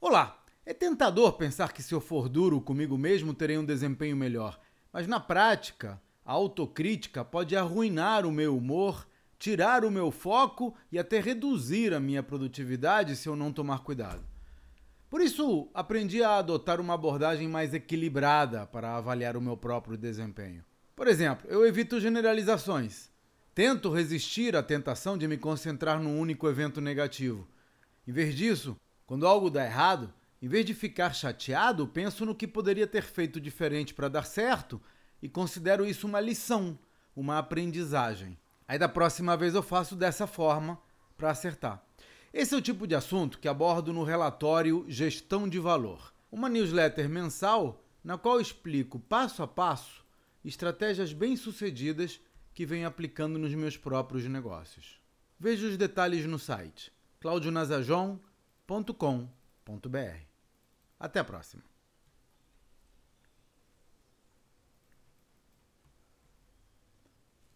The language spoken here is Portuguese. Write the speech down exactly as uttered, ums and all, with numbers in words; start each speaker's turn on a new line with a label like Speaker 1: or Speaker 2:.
Speaker 1: Olá! É tentador pensar que se eu for duro comigo mesmo terei um desempenho melhor, mas na prática, a autocrítica pode arruinar o meu humor, tirar o meu foco e até reduzir a minha produtividade se eu não tomar cuidado. Por isso, aprendi a adotar uma abordagem mais equilibrada para avaliar o meu próprio desempenho. Por exemplo, eu evito generalizações. Tento resistir à tentação de me concentrar num único evento negativo. Em vez disso, quando algo dá errado, em vez de ficar chateado, penso no que poderia ter feito diferente para dar certo e considero isso uma lição, uma aprendizagem. Aí da próxima vez eu faço dessa forma para acertar. Esse é o tipo de assunto que abordo no relatório Gestão de Valor, uma newsletter mensal na qual explico passo a passo estratégias bem-sucedidas que venho aplicando nos meus próprios negócios. Veja os detalhes no site claudio nazajon ponto com ponto br. Até a próxima!